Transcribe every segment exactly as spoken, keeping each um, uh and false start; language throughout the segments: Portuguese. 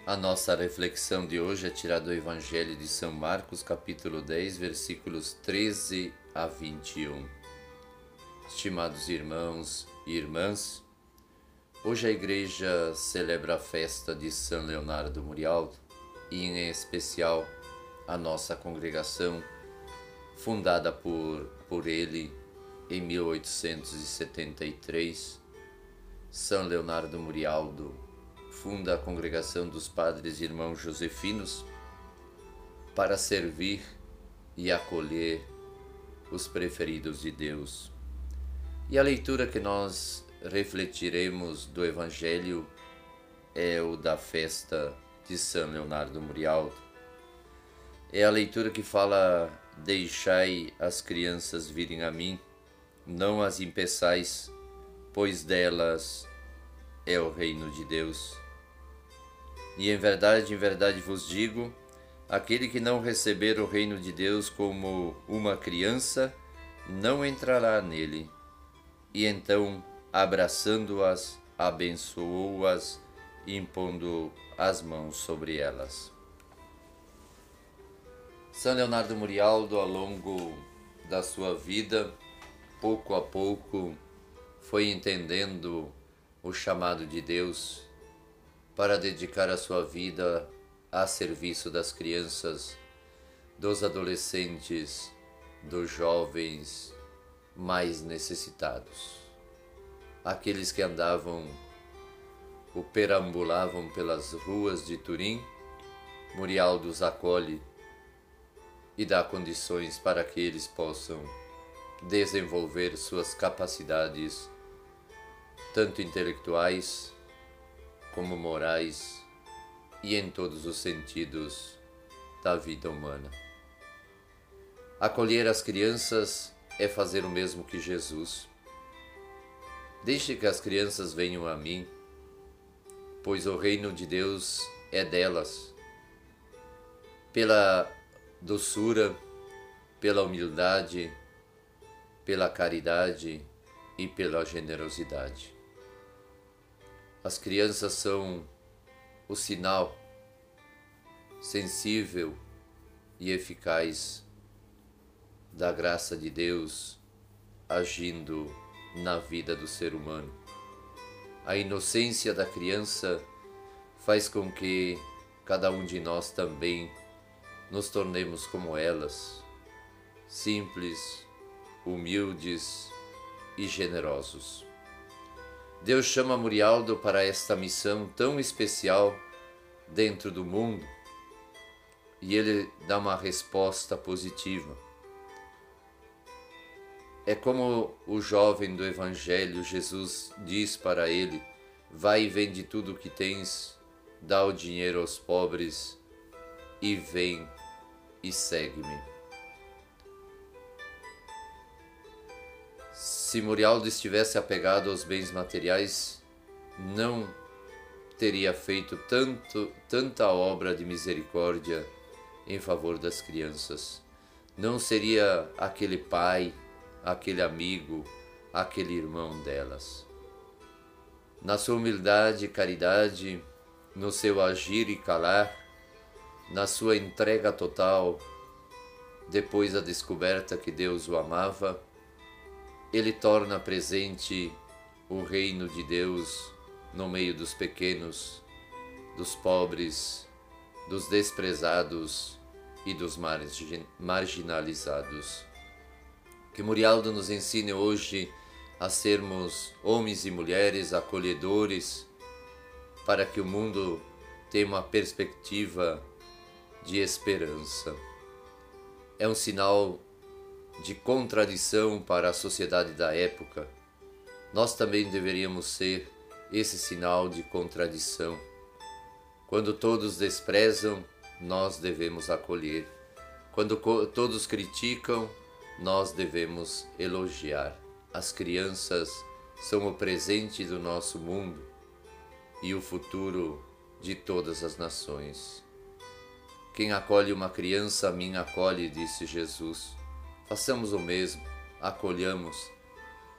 A nossa reflexão de hoje é tirada do Evangelho de São Marcos, capítulo dez, versículos treze a vinte e um. Estimados irmãos e irmãs, hoje a Igreja celebra a festa de São Leonardo Murialdo e, em especial, a nossa congregação, fundada por, por ele em mil oitocentos e setenta e três. São Leonardo Murialdo funda a Congregação dos Padres Irmãos Josefinos para servir e acolher os preferidos de Deus. E a leitura que nós refletiremos do Evangelho é o da festa de São Leonardo Murialdo. É a leitura que fala: deixai as crianças virem a mim, não as impeçais, pois delas é o reino de Deus. E em verdade, em verdade vos digo, aquele que não receber o reino de Deus como uma criança, não entrará nele. E então, abraçando-as, abençoou-as, impondo as mãos sobre elas. São Leonardo Murialdo, ao longo da sua vida, pouco a pouco, foi entendendo o chamado de Deus para dedicar a sua vida a serviço das crianças, dos adolescentes, dos jovens mais necessitados. Aqueles que andavam ou perambulavam pelas ruas de Turim, Murialdo os acolhe e dá condições para que eles possam desenvolver suas capacidades, tanto intelectuais como morais e em todos os sentidos da vida humana. Acolher as crianças é fazer o mesmo que Jesus. Deixe que as crianças venham a mim, pois o reino de Deus é delas. Pela doçura, pela humildade, pela caridade e pela generosidade. As crianças são o sinal sensível e eficaz da graça de Deus agindo na vida do ser humano. A inocência da criança faz com que cada um de nós também nos tornemos como elas, simples, humildes e generosos. Deus chama Murialdo para esta missão tão especial dentro do mundo e ele dá uma resposta positiva. É como o jovem do Evangelho, Jesus diz para ele: vai e vende tudo o que tens, dá o dinheiro aos pobres e vem e segue-me. Se Murialdo estivesse apegado aos bens materiais, não teria feito tanto, tanta obra de misericórdia em favor das crianças. Não seria aquele pai, aquele amigo, aquele irmão delas. Na sua humildade e caridade, no seu agir e calar, na sua entrega total, depois da descoberta que Deus o amava, ele torna presente o reino de Deus no meio dos pequenos, dos pobres, dos desprezados e dos marginalizados. Que Murialdo nos ensine hoje a sermos homens e mulheres acolhedores, para que o mundo tenha uma perspectiva de esperança. É um sinal de contradição para a sociedade da época. Nós também deveríamos ser esse sinal de contradição. Quando todos desprezam, nós devemos acolher. Quando todos criticam, nós devemos elogiar. As crianças são o presente do nosso mundo e o futuro de todas as nações. Quem acolhe uma criança, a mim acolhe, disse Jesus. Façamos o mesmo, acolhamos,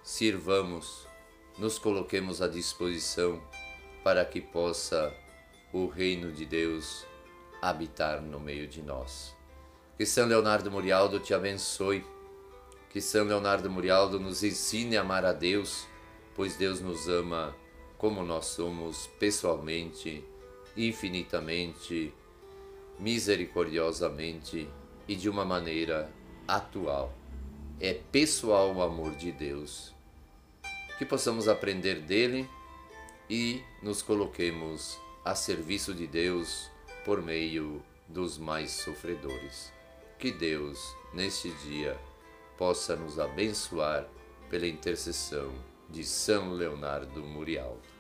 sirvamos, nos coloquemos à disposição para que possa o reino de Deus habitar no meio de nós. Que São Leonardo Murialdo te abençoe, que São Leonardo Murialdo nos ensine a amar a Deus, pois Deus nos ama como nós somos pessoalmente, infinitamente, misericordiosamente e de uma maneira atual. É pessoal o amor de Deus. Que possamos aprender dele e nos coloquemos a serviço de Deus por meio dos mais sofredores. Que Deus, neste dia, possa nos abençoar pela intercessão de São Leonardo Murialdo.